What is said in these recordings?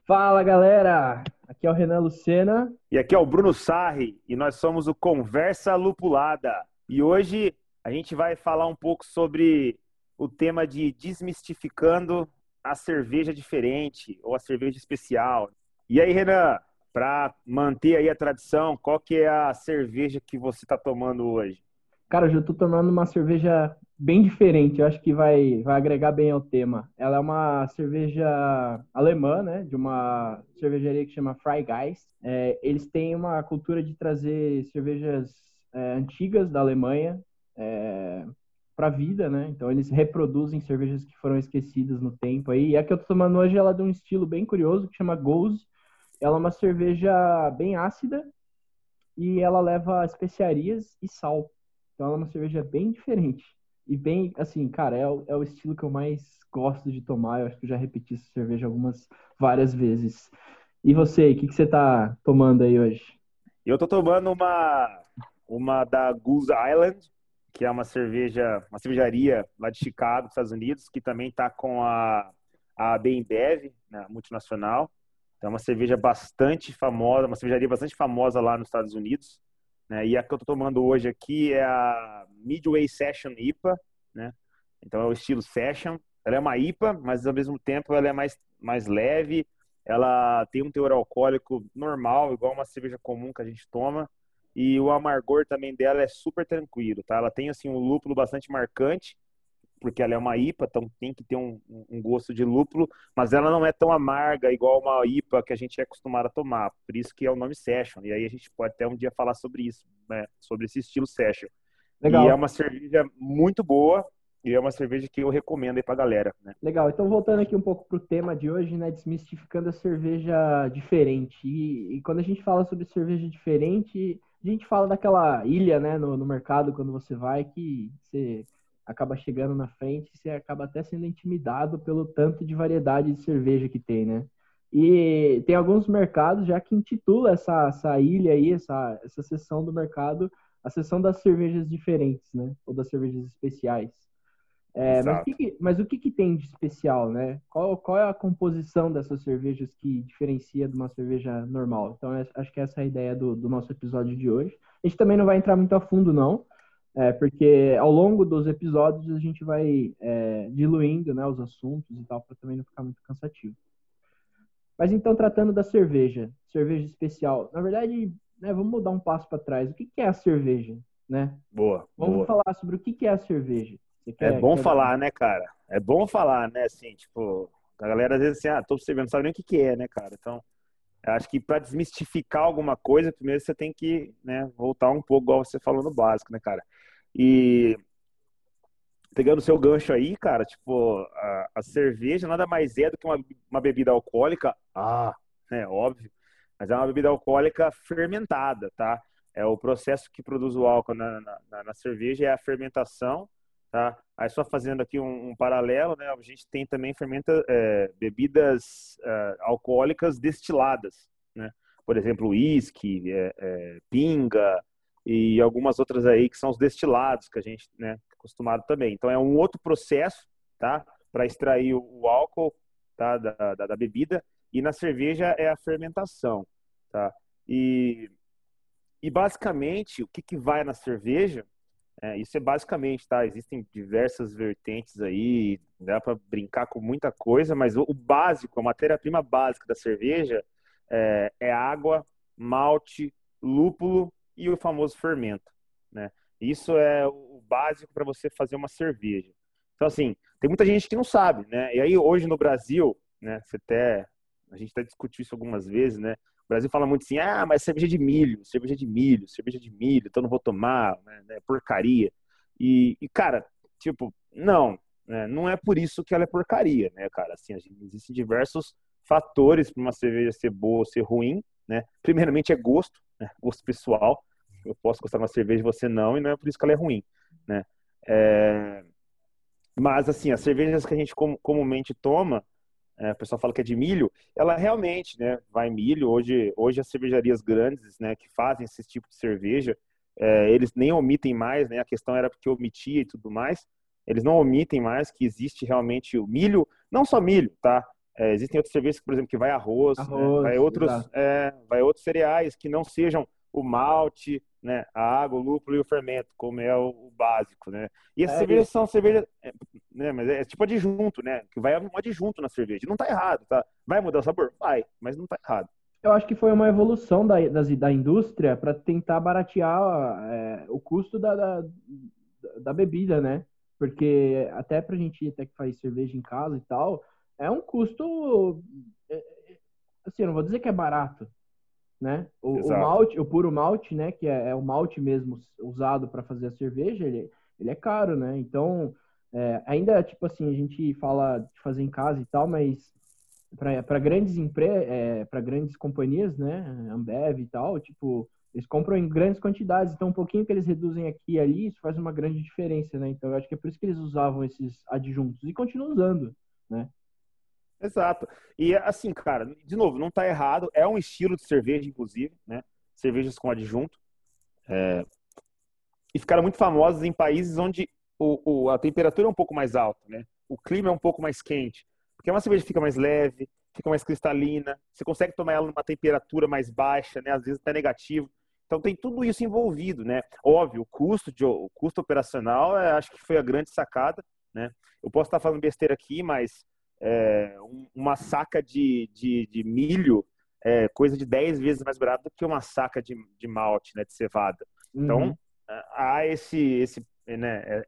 Fala galera, aqui é o Renan Lucena. E aqui é o Bruno Sarri e nós somos o Conversa Lupulada. E hoje a gente vai falar um pouco sobre o tema de desmistificando a cerveja diferente ou a cerveja especial. E aí, Renan, para manter aí a tradição, qual que é a cerveja que você está tomando hoje? Cara, hoje eu tô tomando uma cerveja bem diferente, eu acho que vai agregar bem ao tema. Ela é uma cerveja alemã, né, de uma cervejaria que chama Fry Guys. Eles têm uma cultura de trazer cervejas antigas da Alemanha para a vida, né? Então eles reproduzem cervejas que foram esquecidas no tempo aí. E a que eu tô tomando hoje, ela é de um estilo bem curioso que chama Gose. Ela é uma cerveja bem ácida e ela leva especiarias e sal. Então ela é uma cerveja bem diferente. E bem, assim, cara, é o estilo que eu mais gosto de tomar. Eu acho que eu já repeti essa cerveja várias vezes. E você, o que você tá tomando aí hoje? Eu tô tomando uma da Goose Island, que é uma cervejaria lá de Chicago, Estados Unidos, que também tá com a Bembev, né, multinacional. Então, é uma cerveja bastante famosa, uma cervejaria bastante famosa lá nos Estados Unidos, né? E a que eu tô tomando hoje aqui é a Midway Session IPA, né? Então, é o estilo Session. Ela é uma IPA, mas ao mesmo tempo ela é mais leve, ela tem um teor alcoólico normal, igual uma cerveja comum que a gente toma, e o amargor também dela é super tranquilo, tá? Ela tem assim um lúpulo bastante marcante, porque ela é uma IPA, então tem que ter um gosto de lúpulo, mas ela não é tão amarga igual uma IPA que a gente é acostumado a tomar, por isso que é o nome Session, e aí a gente pode até um dia falar sobre isso, né? Sobre esse estilo Session. E é Legal, uma cerveja muito boa, e é uma cerveja que eu recomendo aí pra galera, né? legal. Então, voltando aqui um pouco pro tema de hoje, né, desmistificando a cerveja diferente. E quando a gente fala sobre cerveja diferente, a gente fala daquela ilha, né, no mercado, quando você vai, que você acaba chegando na frente, você acaba até sendo intimidado pelo tanto de variedade de cerveja que tem, né? E tem alguns mercados já que intitula essa ilha aí, essa seção do mercado, a seção das cervejas diferentes, né? Ou das cervejas especiais. Exato. Mas o que tem de especial, né? Qual é a composição dessas cervejas que diferencia de uma cerveja normal? Então, acho que essa é a ideia do nosso episódio de hoje. A gente também não vai entrar muito a fundo, não, porque ao longo dos episódios a gente vai diluindo, né, os assuntos e tal, para também não ficar muito cansativo. Mas então, tratando da cerveja especial, na verdade, né, vamos mudar um passo para trás. O que é a cerveja, né? Boa, Vamos boa. falar sobre o que é a cerveja. Você É quer, bom quer dar falar, né, cara? É bom falar, né? Assim, tipo, a galera às vezes assim, tô percebendo, não sabe nem o que que é, né, cara? Então, eu acho que para desmistificar alguma coisa, primeiro você tem que, né, voltar um pouco, igual você falou no básico, né, cara? E pegando o seu gancho aí, cara, tipo, a cerveja nada mais é do que uma bebida alcoólica, é óbvio, mas é uma bebida alcoólica fermentada, tá? É o processo que produz o álcool na cerveja é a fermentação, tá? Aí só fazendo aqui um paralelo, né? A gente tem também bebidas alcoólicas destiladas, né? Por exemplo, uísque, pinga e algumas outras aí que são os destilados que a gente, né, é acostumado também. Então é um outro processo, tá? Para extrair o álcool, tá? Da bebida. E na cerveja é a fermentação, tá? E, e basicamente, o que, que vai na cerveja, isso é basicamente, tá? Existem diversas vertentes aí, dá para brincar com muita coisa, mas o básico, a matéria-prima básica da cerveja é água, malte, lúpulo e o famoso fermento, né? Isso é o básico para você fazer uma cerveja. Então, assim, tem muita gente que não sabe, né? E aí, hoje no Brasil, né, a gente até discutiu isso algumas vezes, né? O Brasil fala muito assim, mas cerveja de milho, cerveja de milho, cerveja de milho, então não vou tomar, né, porcaria. Cara, tipo, não, né, não é por isso que ela é porcaria, né, cara? Assim, existem diversos fatores para uma cerveja ser boa ou ser ruim, né? Primeiramente é gosto, né? Gosto pessoal. Eu posso gostar de uma cerveja e você não, e não é por isso que ela é ruim, né? É... Mas, assim, as cervejas que a gente comumente toma, o pessoal fala que é de milho, ela realmente, né, vai milho. Hoje as cervejarias grandes, né, que fazem esse tipo de cerveja, eles nem omitem mais, né, a questão era porque omitia e tudo mais, eles não omitem mais que existe realmente o milho, não só milho, tá? Existem outras cervejas, por exemplo, que vai arroz, né? Arroz, exato. Vai outros cereais que não sejam o malte, né? A água, o lúpulo e o fermento, como é o básico, né? E essas É, cervejas são cervejas, né? Mas é tipo adjunto, né? Que vai um adjunto na cerveja. Não tá errado, tá? Vai mudar o sabor? Vai, mas não tá errado. eu acho que foi uma evolução da indústria para tentar baratear o custo da bebida, né? Porque até para a gente até que faz cerveja em casa e tal, é um custo, assim, eu não vou dizer que é barato, né? O Exato. malte, o puro malte, né? Que é o malte mesmo usado para fazer a cerveja, ele é caro, né? Então, ainda, tipo assim, a gente fala de fazer em casa e tal, mas para para grandes companhias, né, Ambev e tal, tipo, eles compram em grandes quantidades, então um pouquinho que eles reduzem aqui e ali, isso faz uma grande diferença, né? Então eu acho que é por isso que eles usavam esses adjuntos e continuam usando, né? Exato. E assim, cara, de novo, não tá errado. É um estilo de cerveja, inclusive, né? Cervejas com adjunto. E ficaram muito famosas em países onde a temperatura é um pouco mais alta, né? O clima é um pouco mais quente. Porque uma cerveja fica mais leve, fica mais cristalina, você consegue tomar ela numa temperatura mais baixa, né? Às vezes até negativo. Então tem tudo isso envolvido, né? Óbvio, o custo operacional, acho que foi a grande sacada, né? Eu posso estar falando besteira aqui, mas uma saca de milho é coisa de 10 vezes mais barata do que uma saca de malte, né? De cevada. Então, Uhum. há né,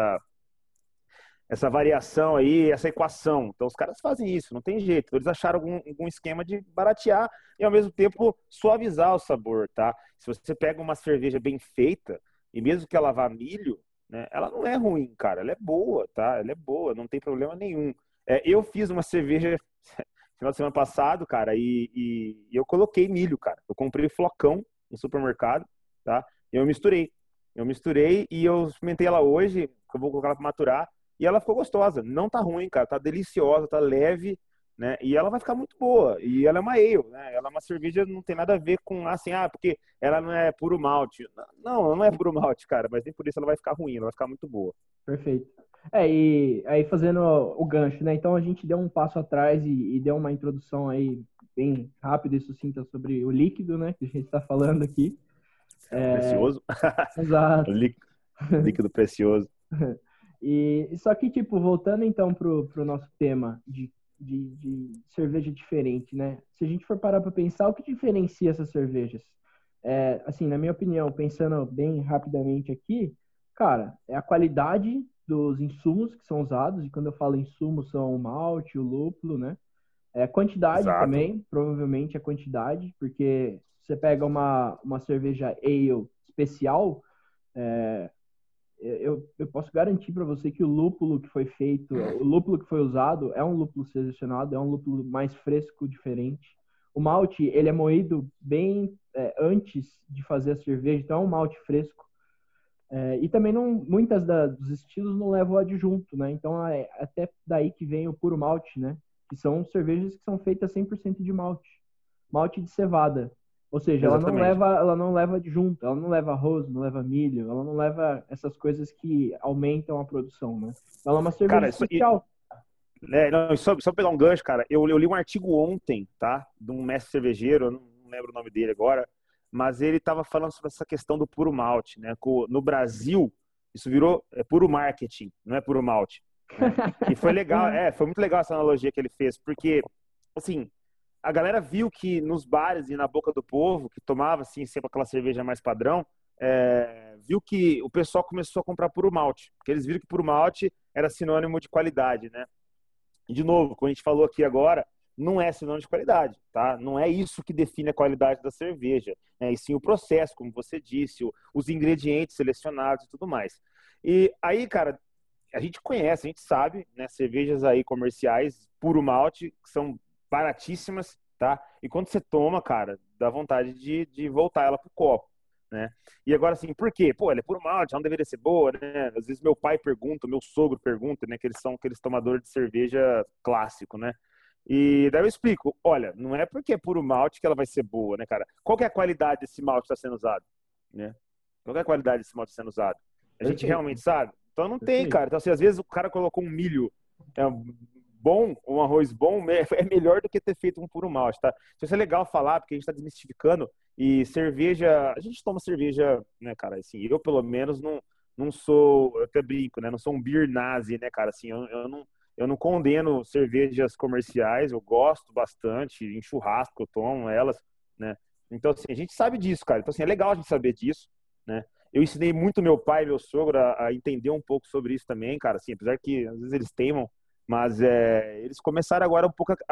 essa variação aí, essa equação. Então, os caras fazem isso, não tem jeito. Eles acharam algum esquema de baratear e, ao mesmo tempo, suavizar o sabor, tá? Se você pega uma cerveja bem feita, e mesmo que ela vá milho, né, ela não é ruim, cara. Ela é boa, tá? Ela é boa, não tem problema nenhum. Eu fiz uma cerveja final de semana passado, cara, e eu coloquei milho, cara. Eu comprei flocão no supermercado, tá? E eu misturei. Eu misturei e eu experimentei ela hoje, que eu vou colocar ela para maturar, e ela ficou gostosa. Não tá ruim, cara, tá deliciosa, tá leve, né? E ela vai ficar muito boa. E ela é uma ale, né? Ela é uma cerveja, não tem nada a ver com assim, porque ela não é puro malte. Não, não é puro malte, cara, mas nem por isso ela vai ficar ruim, ela vai ficar muito boa. Perfeito. E aí fazendo o gancho, né? Então a gente deu um passo atrás e deu uma introdução aí bem rápida e sucinta sobre o líquido, né? Que a gente está falando aqui. É o precioso. Exato. Líquido precioso. E só que, tipo, voltando então pro nosso tema de cerveja diferente, né? Se a gente for parar para pensar, o que diferencia essas cervejas? Assim, na minha opinião, pensando bem rapidamente aqui, cara, é a qualidade dos insumos que são usados, e quando eu falo insumos, são o malte, o lúpulo, né? É a quantidade Exato. também, provavelmente a quantidade, porque se você pega uma cerveja ale especial, eu posso garantir para você que o lúpulo que foi feito, o lúpulo que foi usado é um lúpulo selecionado, é um lúpulo mais fresco, diferente. O malte, ele é moído bem antes de fazer a cerveja, então é um malte fresco. E também muitas dos estilos não levam adjunto, né? Então é até daí que vem o puro malte, né? Que são cervejas que são feitas 100% de malte. Malte de cevada. Ou seja, Exatamente. ela não leva adjunto, ela não leva arroz, não leva milho, ela não leva essas coisas que aumentam a produção, né? Ela é uma cerveja Cara, especial. não, só pegar um gancho, cara. Eu li um artigo ontem, tá? De um mestre cervejeiro, eu não lembro o nome dele agora, mas ele estava falando sobre essa questão do puro malte, né? No Brasil, isso virou puro marketing, não é puro malte, né? E foi legal, foi muito legal essa analogia que ele fez, porque, assim, a galera viu que nos bares e na boca do povo, que tomava, assim, sempre aquela cerveja mais padrão, viu que o pessoal começou a comprar puro malte, porque eles viram que puro malte era sinônimo de qualidade, né? E, de novo, como a gente falou aqui agora, não é sinônimo de qualidade, tá? Não é isso que define a qualidade da cerveja, né? E sim o processo, como você disse, os ingredientes selecionados e tudo mais. E aí, cara, a gente conhece, a gente sabe, né? Cervejas aí comerciais, puro malte, que são baratíssimas, tá? E quando você toma, cara, dá vontade de voltar ela pro copo, né? E agora, assim, por quê? Pô, ela é puro malte, ela não deveria ser boa, né? Às vezes meu pai pergunta, meu sogro pergunta, né? Que eles são aqueles tomadores de cerveja clássico, né? E daí eu explico, olha, não é porque é puro malte que ela vai ser boa, né, cara? Qual que é a qualidade desse malte que está sendo usado, né? Qual que é a qualidade desse malte que está sendo usado? A gente Perfeito, realmente sabe? Então não tem, perfeito. cara. Então, assim, às vezes o cara colocou um milho bom, um arroz bom é melhor do que ter feito um puro malte, tá? Isso é legal falar, porque a gente tá desmistificando e cerveja, a gente toma cerveja, né, cara, assim, eu pelo menos não sou, eu até brinco, né, não sou um beer nazi, né, cara, assim, eu não condeno cervejas comerciais, eu gosto bastante, em churrasco eu tomo elas, né, então, assim, a gente sabe disso, cara, então, assim, é legal a gente saber disso, né, eu ensinei muito meu pai e meu sogro a entender um pouco sobre isso também, cara, assim, apesar que às vezes eles teimam, mas eles começaram agora um pouco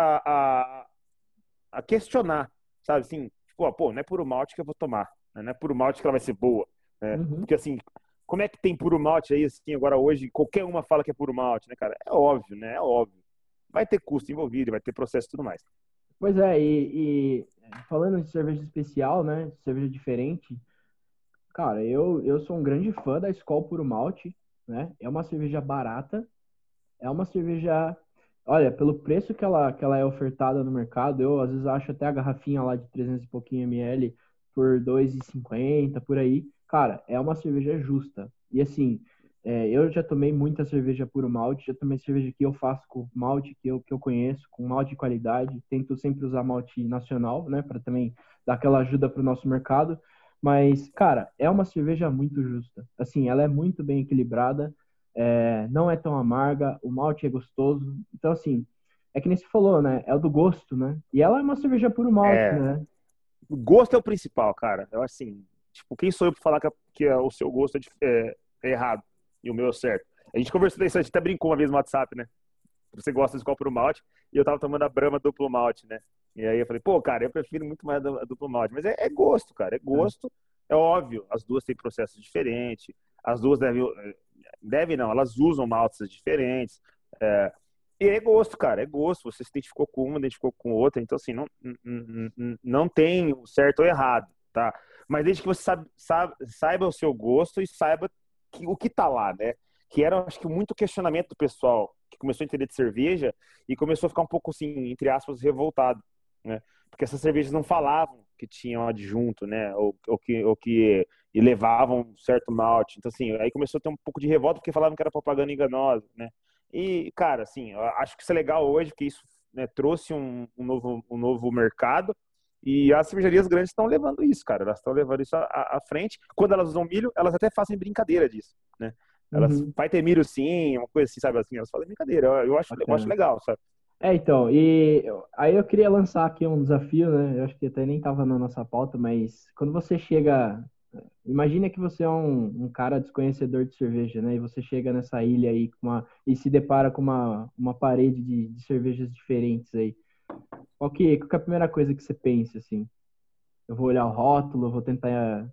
a questionar, sabe? Assim, tipo, pô, não é puro malte que eu vou tomar, né? Não é puro malte que ela vai ser boa, né? Uhum. Porque, assim, como é que tem puro malte aí, assim, agora hoje, qualquer uma fala que é puro malte, né, cara? É óbvio, né? É óbvio. Vai ter custo envolvido, vai ter processo e tudo mais. Pois é, falando de cerveja especial, né? Cerveja diferente, cara, eu sou um grande fã da Skol Puro Malte, né? É uma cerveja barata, é uma cerveja. Olha, pelo preço que ela é ofertada no mercado, eu às vezes acho até a garrafinha lá de 300 e pouquinho ml por 2,50 por aí. Cara, é uma cerveja justa. E assim, eu já tomei muita cerveja puro malte, já tomei cerveja que eu faço com malte que eu conheço, com malte de qualidade. Tento sempre usar malte nacional, né, para também dar aquela ajuda para o nosso mercado. Mas, cara, é uma cerveja muito justa. Assim, ela é muito bem equilibrada, não é tão amarga, o malte é gostoso. Então, assim, é que nem se falou, né? É o do gosto, né? E ela é uma cerveja puro malte, É, né? o gosto é o principal, cara. Eu, assim, tipo, quem sou eu pra falar que o seu gosto é errado e o meu é certo? A gente conversou isso, a gente até brincou uma vez no WhatsApp, né? Você gosta de qual pro malte, e eu tava tomando a Brahma duplo malte, né? E aí eu falei, pô, cara, eu prefiro muito mais a duplo malte. Mas é gosto, cara, é É. gosto. É óbvio, as duas têm processos diferentes, as duas devem não, elas usam maltes diferentes. É, e é gosto, cara, é gosto. Você se identificou com uma, identificou com outra, então assim, não tem o certo ou errado, tá? Mas desde que você saiba o seu gosto e saiba o que tá lá, né? Que era, acho que, muito questionamento do pessoal que começou a entender de cerveja e começou a ficar um pouco, assim, entre aspas, revoltado, né? Porque essas cervejas não falavam que tinham adjunto, né? Ou que e levavam um certo malte. Então, assim, aí começou a ter um pouco de revolta porque falavam que era propaganda enganosa, né? E, cara, assim, eu acho que isso é legal hoje, porque isso, né, trouxe um novo mercado e as cervejarias grandes estão levando isso, cara. Elas estão levando isso à frente. Quando elas usam milho, elas até fazem brincadeira disso, né? Elas, Uhum, vai ter milho sim, uma coisa assim, sabe assim, elas fazem brincadeira. Eu acho bacana. legal, sabe? Então, aí eu queria lançar aqui um desafio, né? Eu acho que até nem estava na nossa pauta, mas quando você chega. Imagina que você é um cara desconhecedor de cerveja, né? E você chega nessa ilha aí e se depara com uma parede de cervejas diferentes aí. Qual que é a primeira coisa que você pensa, assim? Eu vou olhar o rótulo, eu vou tentar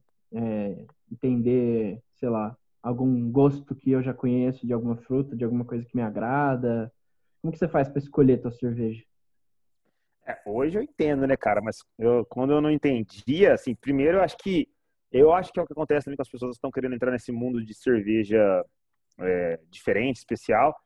entender, sei lá, algum gosto que eu já conheço de alguma fruta, de alguma coisa que me agrada. Como que você faz para escolher tua cerveja? Hoje eu entendo, né, cara? Mas quando eu não entendia, assim, primeiro eu acho que é o que acontece também com as pessoas que estão querendo entrar nesse mundo de cerveja diferente, especial,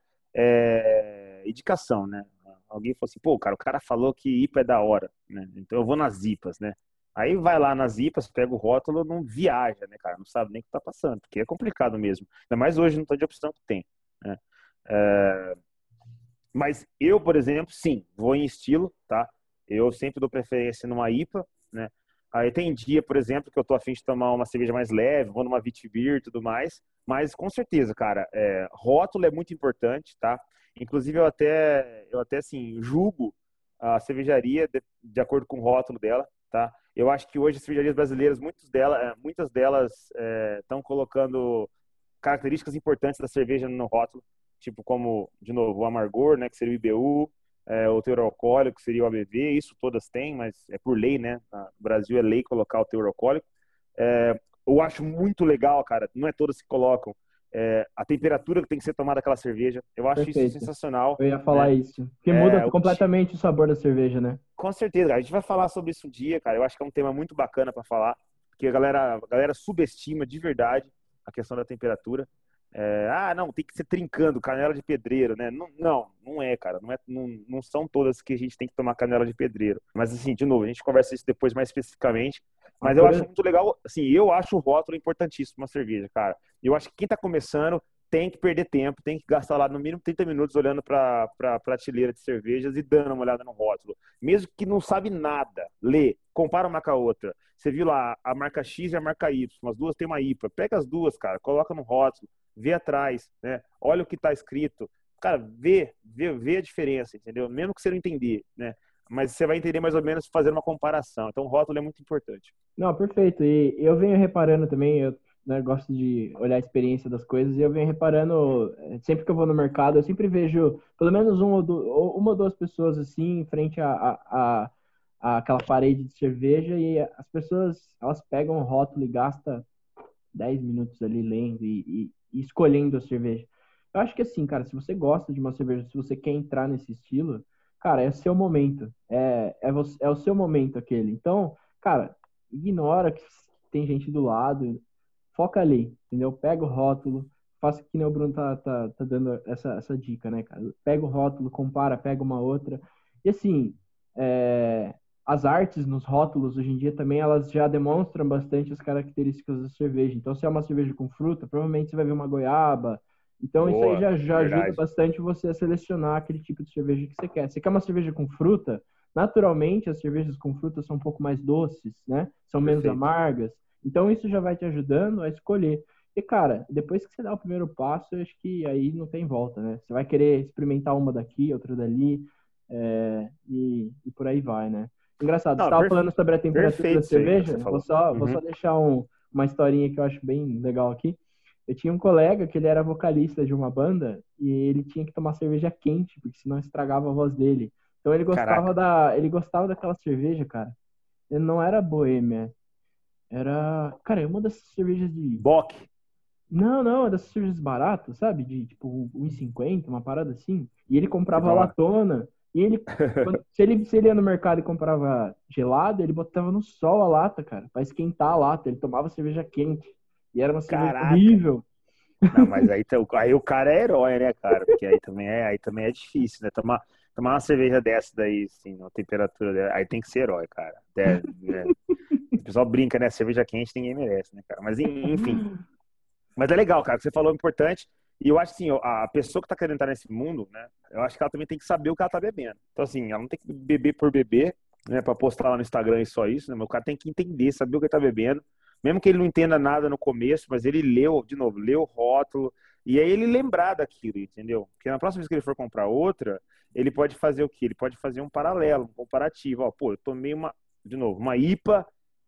indicação, né? Alguém falou assim, pô, cara, o cara falou que IPA é da hora, né? Então eu vou nas IPAs, né? Aí vai lá nas IPAs, pega o rótulo, não viaja, né, cara? Não sabe nem o que tá passando, porque é complicado mesmo. Ainda mais hoje, não tá de opção que tem, né? É, mas eu, por exemplo, sim, vou em estilo, tá? Eu sempre dou preferência numa IPA, né? Aí tem dia, por exemplo, que eu tô afim de tomar uma cerveja mais leve, vou numa Vitibir e tudo mais. Mas com certeza, cara, rótulo é muito importante, tá? Inclusive eu até assim, julgo a cervejaria de acordo com o rótulo dela, tá? Eu acho que hoje as cervejarias brasileiras, muitas delas estão colocando características importantes da cerveja no rótulo, tipo como, de novo, o amargor, né, que seria o IBU, o teor alcoólico, que seria o ABV, isso todas têm, mas é por lei, né? No Brasil é lei colocar o teor alcoólico. Eu acho muito legal, cara, não é todas que colocam a temperatura que tem que ser tomada aquela cerveja. Eu acho isso Perfeito. sensacional, Eu ia né? falar isso. Porque muda O completamente o sabor da cerveja, né? Com certeza, a gente vai falar sobre isso um dia, cara. Eu acho que é um tema muito bacana para falar, porque a galera subestima de verdade a questão da temperatura. Não, tem que ser trincando, canela de pedreiro, né? Não é, cara. Não são todas que a gente tem que tomar canela de pedreiro. Mas, assim, de novo, a gente conversa isso depois mais especificamente. Uma Mas eu acho curio- muito legal, assim, eu acho o rótulo importantíssimo na cerveja, cara. Eu acho que quem tá começando tem que perder tempo, tem que gastar lá no mínimo 30 minutos olhando para a prateleira de cervejas e dando uma olhada no rótulo. Mesmo que não sabe nada, lê, compara uma com a outra. Você viu lá a marca X e a marca Y, as duas têm uma IPA. Pega as duas, cara, coloca no rótulo, vê atrás, né? Olha o que está escrito. Cara, vê a diferença, entendeu? Mesmo que você não entender, né? Mas você vai entender mais ou menos fazendo uma comparação. Então, o rótulo é muito importante. Não, perfeito. E eu venho reparando também, eu, né, gosto de olhar a experiência das coisas, e eu venho reparando, sempre que eu vou no mercado, eu sempre vejo pelo menos uma ou duas pessoas assim, em frente a aquela parede de cerveja, e as pessoas, elas pegam o rótulo e gastam 10 minutos ali lendo e escolhendo a cerveja. Eu acho que assim, cara, se você gosta de uma cerveja, se você quer entrar nesse estilo, cara, é o seu momento. É o seu momento aquele. Então, cara, ignora que tem gente do lado, foca ali, entendeu? Pega o rótulo, faça que nem o Bruno tá dando essa dica, né, cara? Pega o rótulo, compara, pega uma outra. E assim, as artes nos rótulos hoje em dia também elas já demonstram bastante as características da cerveja. Então, se é uma cerveja com fruta, provavelmente você vai ver uma goiaba. Então, isso aí Boa, já ajuda verdade. bastante você a selecionar aquele tipo de cerveja que você quer. Você quer uma cerveja com fruta? Naturalmente, as cervejas com fruta são um pouco mais doces, né? São menos Perfeito. amargas. Então, isso já vai te ajudando a escolher. E, cara, depois que você dá o primeiro passo, eu acho que aí não tem volta, né? Você vai querer experimentar uma daqui, outra dali, e por aí vai, né? Engraçado, você Não, estava falando sobre a temperatura da perfeito isso aí que você cerveja. Vou falou. só, vou só Uhum. deixar uma historinha que eu acho bem legal aqui. Eu tinha um colega que ele era vocalista de uma banda e ele tinha que tomar cerveja quente, porque senão estragava a voz dele. Então Caraca. ele gostava daquela cerveja, cara. Ele não era boêmia, era, cara, é uma dessas cervejas de Bock. não, não, é dessas cervejas baratas, sabe? De tipo 1,50, uma parada assim. E ele Você comprava toma. latona. E ele, se ele ia no mercado e comprava gelada, ele botava no sol a lata, cara, pra esquentar a lata. Ele tomava cerveja quente. E era uma cerveja Caraca. horrível. Não, mas aí o cara é herói, né, cara? Porque aí também é difícil, né? Tomar uma cerveja dessa daí, assim, na temperatura dela, aí tem que ser herói, cara. O pessoal brinca, né? Cerveja quente ninguém merece, né, cara? Mas enfim. Mas é legal, cara, que você falou é importante. E eu acho assim, a pessoa que tá querendo entrar nesse mundo, né? Eu acho que ela também tem que saber o que ela tá bebendo. Então, assim, ela não tem que beber por beber, né? Pra postar lá no Instagram e só isso, né? Mas o cara tem que entender, saber o que ele tá bebendo. Mesmo que ele não entenda nada no começo, mas ele leu, de novo, leu o rótulo. E aí ele lembrar daquilo, entendeu? Porque na próxima vez que ele for comprar outra, ele pode fazer o quê? Ele pode fazer um paralelo, um comparativo. Ó, pô, eu tomei de novo, uma IPA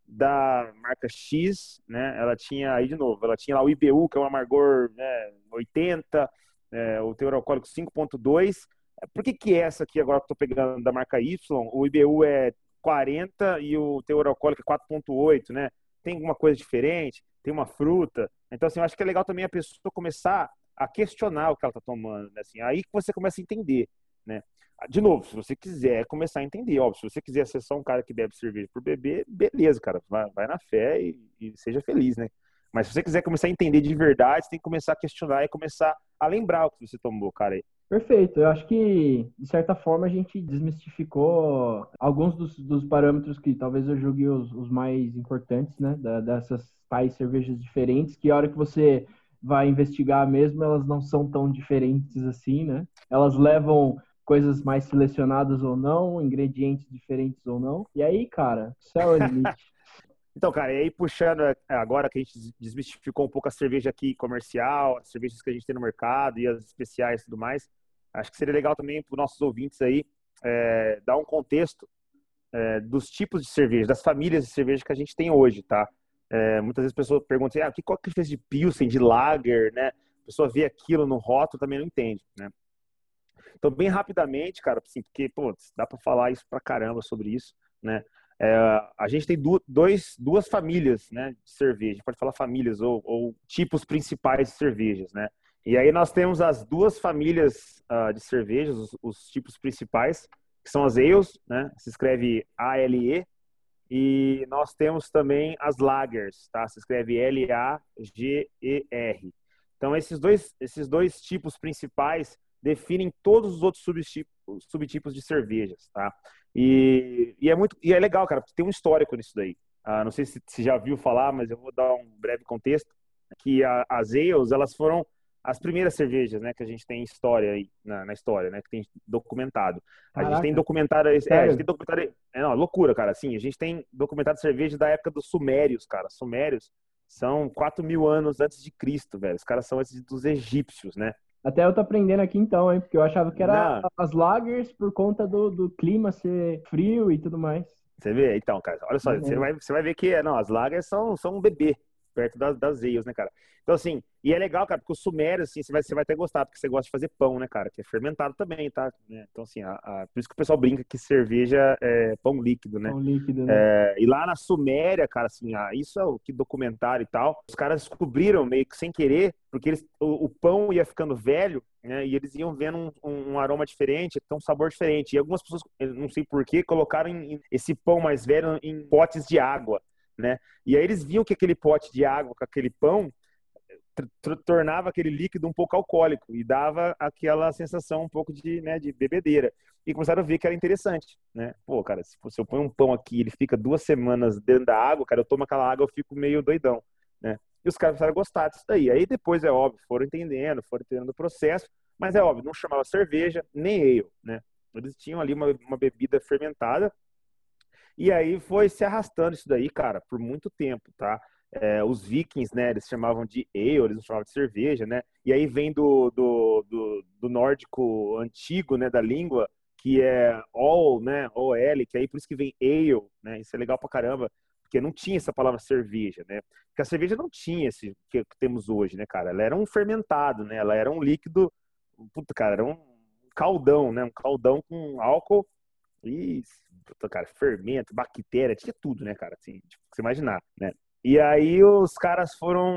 da marca X, né? Ela tinha aí de novo, ela tinha lá o IBU, que é um amargor, né, 80, o teor alcoólico 5,2. Por que essa aqui agora que eu tô pegando da marca Y, o IBU é 40 e o teor alcoólico é 4,8, né? Tem alguma coisa diferente? Tem uma fruta? Então, assim, eu acho que é legal também a pessoa começar a questionar o que ela tá tomando, né? Assim, aí que você começa a entender, né? De novo, se você quiser começar a entender, óbvio, se você quiser ser só um cara que bebe cerveja por beber, beleza, cara, vai na fé e seja feliz, né? Mas se você quiser começar a entender de verdade, você tem que começar a questionar e começar a lembrar o que você tomou, cara. Perfeito. Eu acho que, de certa forma, a gente desmistificou alguns dos parâmetros que talvez eu julgue os mais importantes, né? Dessas tais cervejas diferentes, que a hora que você vai investigar mesmo, elas não são tão diferentes assim, né? Elas levam coisas mais selecionadas ou não, ingredientes diferentes ou não. E aí, cara, céu é o limite. Então, cara, e aí puxando agora que a gente desmistificou um pouco a cerveja aqui comercial, as cervejas que a gente tem no mercado e as especiais e tudo mais, acho que seria legal também para os nossos ouvintes aí dar um contexto dos tipos de cerveja, das famílias de cerveja que a gente tem hoje, tá? Muitas vezes a pessoa pergunta assim, qual que fez de Pilsen, de Lager, né? A pessoa vê aquilo no rótulo também não entende, né? Então, bem rapidamente, cara, assim, porque, pô, dá para falar isso pra caramba sobre isso, né? A gente tem duas famílias, né, de cerveja. A gente pode falar famílias ou tipos principais de cervejas, né? E aí nós temos as duas famílias de cervejas, os tipos principais, que são as ales, né? Se escreve ALE. E nós temos também as lagers, tá? Se escreve LAGER. Então, esses dois tipos principais definem todos os outros subtipos de cervejas, tá? E é legal, cara, porque tem um histórico nisso daí. Não sei se já viu falar, mas eu vou dar um breve contexto, que as ales, elas foram as primeiras cervejas, né, que a gente tem história aí, na história, né, que tem documentado. A gente tem Caraca, documentário, a gente tem sério? documentário, não, loucura, cara, assim, a gente tem documentado cerveja da época dos Sumérios, cara. Sumérios são 4.000 anos antes de Cristo, velho. Os caras são antes dos egípcios, né? Até eu tô aprendendo aqui então, hein? Porque eu achava que era Não, as lagers por conta do clima ser frio e tudo mais. você vê? Então, cara, olha só, Maneiro. você vai ver que não, as lagers são um bebê perto das ales, né, cara? Então, assim, e é legal, cara, porque o sumério, assim, você vai até gostar, porque você gosta de fazer pão, né, cara? Que é fermentado também, tá? Né? Então, assim, por isso que o pessoal brinca que cerveja é pão líquido, né? Pão líquido, né? É, e lá na Suméria, cara, assim, isso é o que documentário e tal. Os caras descobriram meio que sem querer, porque o pão ia ficando velho, né? E eles iam vendo um aroma diferente, um sabor diferente. E algumas pessoas, eu não sei por quê, colocaram esse pão mais velho em potes de água, né? E aí eles viam que aquele pote de água com aquele pão tornava aquele líquido um pouco alcoólico e dava aquela sensação um pouco de, né, de bebedeira. E começaram a ver que era interessante, né? Pô, cara, se eu ponho um pão aqui, ele fica 2 semanas dentro da água, cara, eu tomo aquela água, eu fico meio doidão, né? E os caras começaram a gostar disso daí. Aí depois, é óbvio, foram entendendo o processo, mas é óbvio, não chamava cerveja, nem ale, né? Eles tinham ali uma bebida fermentada e aí foi se arrastando isso daí, cara, por muito tempo, tá? Os vikings, né, eles chamavam de ale, eles não chamavam de cerveja, né? E aí vem do nórdico antigo, né, da língua, que é all, né, OL, que aí por isso que vem ale, né? Isso é legal pra caramba, porque não tinha essa palavra cerveja, né? Porque a cerveja não tinha esse que temos hoje, né, cara? Ela era um fermentado, né? Ela era um líquido, puta, cara, era um caldão, né? Um caldão com álcool e, cara, fermento, bactéria, tinha tudo, né, cara? Assim, tipo, você imaginar, né? E aí os caras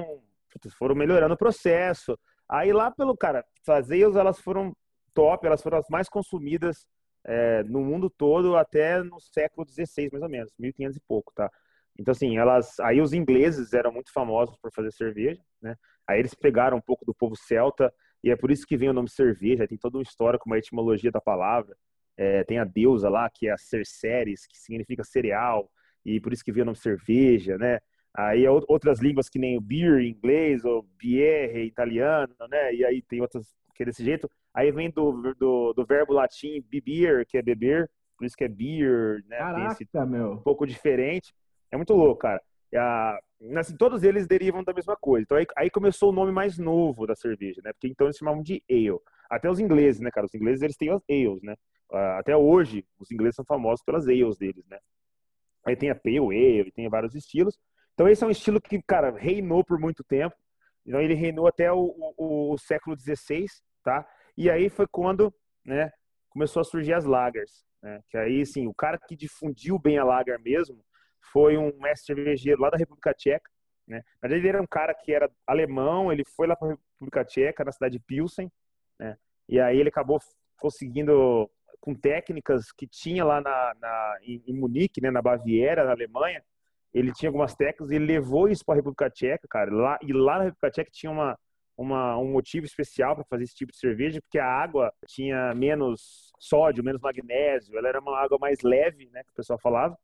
foram melhorando o processo. Aí lá pelo, cara, as ales, elas foram top, elas foram as mais consumidas no mundo todo até no século XVI, mais ou menos, 1500 e pouco, tá? Então, assim, aí os ingleses eram muito famosos por fazer cerveja, né? Aí eles pegaram um pouco do povo celta, e é por isso que vem o nome cerveja, tem todo um histórico, uma etimologia da palavra. Tem a deusa lá, que é a Cerceres, que significa cereal, e por isso que vem o nome cerveja, né? Aí outras línguas que nem o beer em inglês, ou biere em italiano, né? E aí tem outras que é desse jeito. Aí vem do verbo latim bibir, que é beber, por isso que é beer, né? Tem esse Caraca, um meu. pouco diferente. É muito louco, cara. Assim, todos eles derivam da mesma coisa. Então aí começou o nome mais novo da cerveja, né? Porque então eles chamavam de ale. Até os ingleses, né, cara? Os ingleses eles têm as ales, né? Até hoje, os ingleses são famosos pelas ales deles, né? Aí tem a Pale Ale, tem vários estilos. Então esse é um estilo que, cara, reinou por muito tempo. Então ele reinou até o século XVI, tá? E aí foi quando, né, começou a surgir as lagers, né? Que aí, assim, o cara que difundiu bem a lager mesmo foi um mestre cervejeiro lá da República Tcheca, né? Na verdade ele era um cara que era alemão, ele foi lá para a República Tcheca, na cidade de Pilsen, né? E aí ele acabou conseguindo com técnicas que tinha lá em Munique, né, na Baviera, na Alemanha. Ele tinha algumas técnicas e ele levou isso para a República Tcheca, cara. Lá na República Tcheca tinha um motivo especial para fazer esse tipo de cerveja, porque a água tinha menos sódio, menos magnésio, ela era uma água mais leve, né, que o pessoal falava.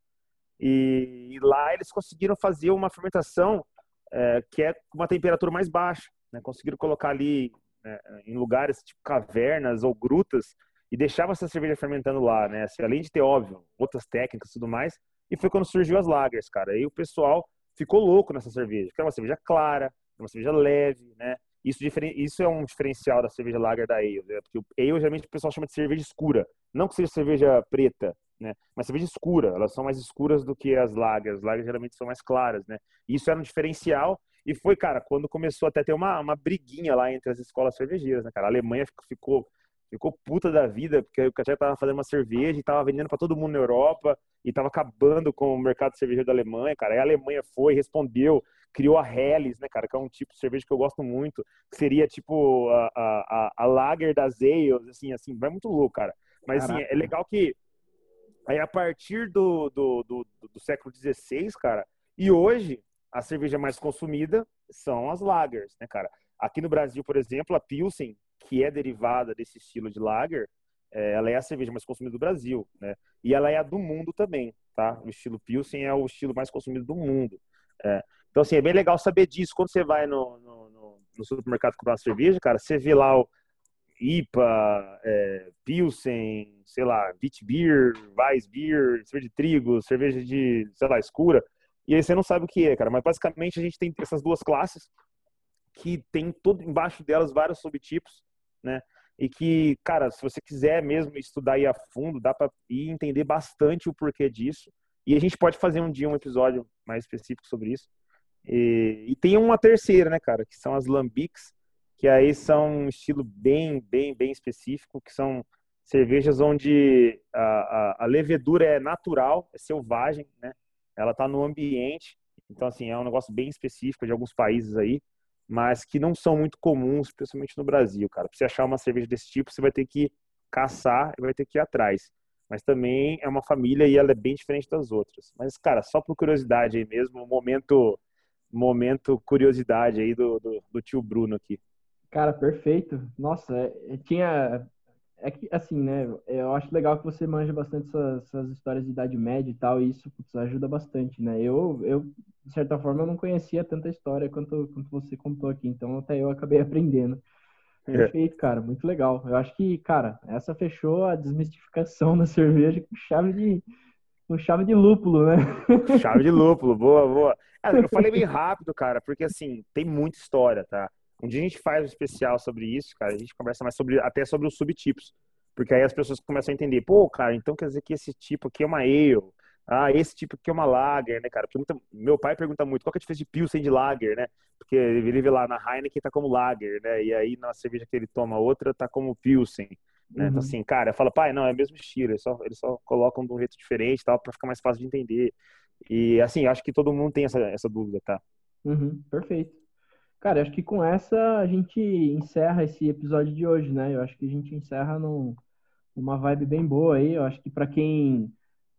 E lá eles conseguiram fazer uma fermentação que é com uma temperatura mais baixa, né? Conseguiram colocar ali em lugares tipo cavernas ou grutas e deixava essa cerveja fermentando lá, né? Assim, além de ter, óbvio, outras técnicas e tudo mais. E foi quando surgiu as lagers, cara. Aí o pessoal ficou louco nessa cerveja, porque é uma cerveja clara, é uma cerveja leve, né? Isso é um diferencial da cerveja lager da ale, né? Porque o ale geralmente o pessoal chama de cerveja escura. Não que seja cerveja preta, né? Mas cerveja escura, elas são mais escuras do que as lagers. As lagers geralmente são mais claras, né? E isso era um diferencial. E foi, cara, quando começou até a ter uma briguinha lá entre as escolas cervejeiras, né, cara? A Alemanha ficou puta da vida, porque o Cacheta tava fazendo uma cerveja e tava vendendo para todo mundo na Europa e tava acabando com o mercado cervejeiro da Alemanha, cara. Aí a Alemanha foi, respondeu, criou a Helles, né, cara, que é um tipo de cerveja que eu gosto muito, que seria tipo a Lager das ales, assim, vai muito louco, cara. Mas assim, é Caraca. legal que aí a partir do século XVI, cara, e hoje a cerveja mais consumida são as lagers, né, cara? Aqui no Brasil, por exemplo, a Pilsen, que é derivada desse estilo de lager, ela é a cerveja mais consumida do Brasil, né? E ela é a do mundo também, tá? O estilo Pilsen é o estilo mais consumido do mundo. Então, assim, é bem legal saber disso quando você vai no supermercado comprar uma cerveja, cara, você vê lá o IPA, Pilsen, sei lá, Witbier, Weissbier, cerveja de trigo, cerveja de, sei lá, escura. E aí você não sabe o que é, cara. Mas basicamente a gente tem essas duas classes que tem tudo embaixo delas vários subtipos, né? E que, cara, se você quiser mesmo estudar aí a fundo, dá para ir entender bastante o porquê disso. E a gente pode fazer um dia um episódio mais específico sobre isso. E tem uma terceira, né, cara, que são as lambics, que aí são um estilo bem específico, que são cervejas onde a levedura é natural, é selvagem, né? Ela tá no ambiente, então assim, é um negócio bem específico de alguns países aí, mas que não são muito comuns, principalmente no Brasil, cara. Pra você achar uma cerveja desse tipo, você vai ter que caçar e vai ter que ir atrás. Mas também é uma família e ela é bem diferente das outras. Mas, cara, só por curiosidade aí mesmo, um momento curiosidade aí do tio Bruno aqui. Cara, perfeito. Nossa, tinha. É que, assim, né? Eu acho legal que você manja bastante essas histórias de Idade Média e tal, e isso, putz, ajuda bastante, né? De certa forma, eu não conhecia tanta história quanto você contou aqui, então até eu acabei aprendendo. Perfeito, cara, muito legal. Eu acho que, cara, essa fechou a desmistificação da cerveja com chave de lúpulo, né? Chave de lúpulo, boa, boa. Ah, eu falei bem rápido, cara, porque assim, tem muita história, tá? Um dia a gente faz um especial sobre isso, cara, a gente conversa mais sobre, até sobre os subtipos. Porque aí as pessoas começam a entender, pô, cara, então quer dizer que esse tipo aqui é uma ale. Ah, esse tipo aqui é uma lager, né, cara? Porque meu pai pergunta muito, qual que é a diferença de Pilsen e de lager, né? Porque ele vê lá na Heineken tá como lager, né? E aí na cerveja que ele toma outra tá como Pilsen. Né? Então, Uhum, assim, cara, eu falo, pai, não, é o mesmo estilo, eles só colocam de um jeito diferente, tal, para ficar mais fácil de entender. E, assim, acho que todo mundo tem essa dúvida, tá? uhum, perfeito. Cara, eu acho que com essa a gente encerra esse episódio de hoje, né? Eu acho que a gente encerra numa vibe bem boa aí. Eu acho que para quem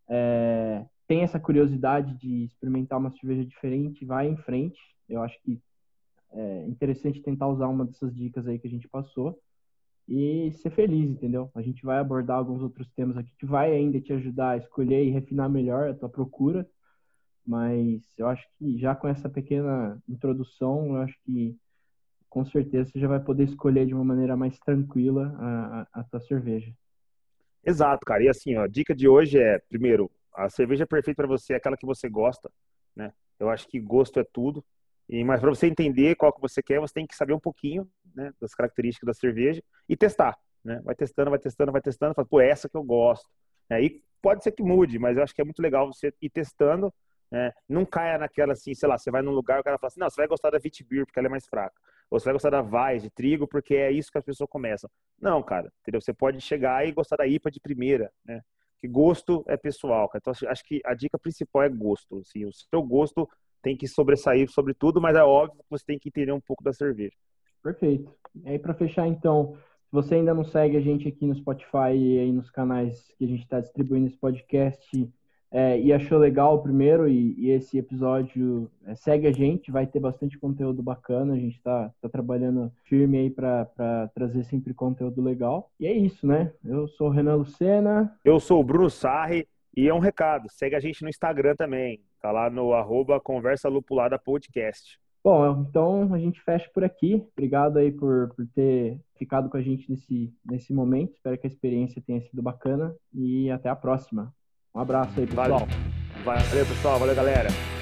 tem essa curiosidade de experimentar uma cerveja diferente, vai em frente. Eu acho que é interessante tentar usar uma dessas dicas aí que a gente passou e ser feliz, entendeu? A gente vai abordar alguns outros temas aqui que vai ainda te ajudar a escolher e refinar melhor a tua procura, mas eu acho que já com essa pequena introdução, eu acho que com certeza você já vai poder escolher de uma maneira mais tranquila a tua cerveja. Exato, cara. E assim, ó, a dica de hoje é, primeiro, a cerveja perfeita para você é aquela que você gosta, né? Eu acho que gosto é tudo. Mas para você entender qual que você quer, você tem que saber um pouquinho, né, das características da cerveja e testar, né? Vai testando, fala, pô, é essa que eu gosto. Aí pode ser que mude, mas eu acho que é muito legal você ir testando, né? Não caia naquela assim, sei lá, você vai num lugar e o cara fala assim, não, você vai gostar da Witbier porque ela é mais fraca. Ou você vai gostar da Weiss, de trigo, porque é isso que as pessoas começam. Não, cara, entendeu? Você pode chegar e gostar da IPA de primeira, né? Que gosto é pessoal, cara. Então, acho que a dica principal é gosto. Assim, o seu gosto tem que sobressair sobre tudo, mas é óbvio que você tem que entender um pouco da cerveja. Perfeito. E aí, para fechar, então, se você ainda não segue a gente aqui no Spotify e aí nos canais que a gente está distribuindo esse podcast e achou legal o primeiro e esse episódio, segue a gente, vai ter bastante conteúdo bacana. A gente está trabalhando firme aí para trazer sempre conteúdo legal. E é isso, né? Eu sou o Renan Lucena. Eu sou o Bruno Sarri e é um recado, segue a gente no Instagram também. Tá lá no @Conversa Lupulada Podcast. Bom, então a gente fecha por aqui. Obrigado aí por ter ficado com a gente nesse momento. Espero que a experiência tenha sido bacana e até a próxima. Um abraço aí, Valeu, pessoal. valeu pessoal, valeu galera.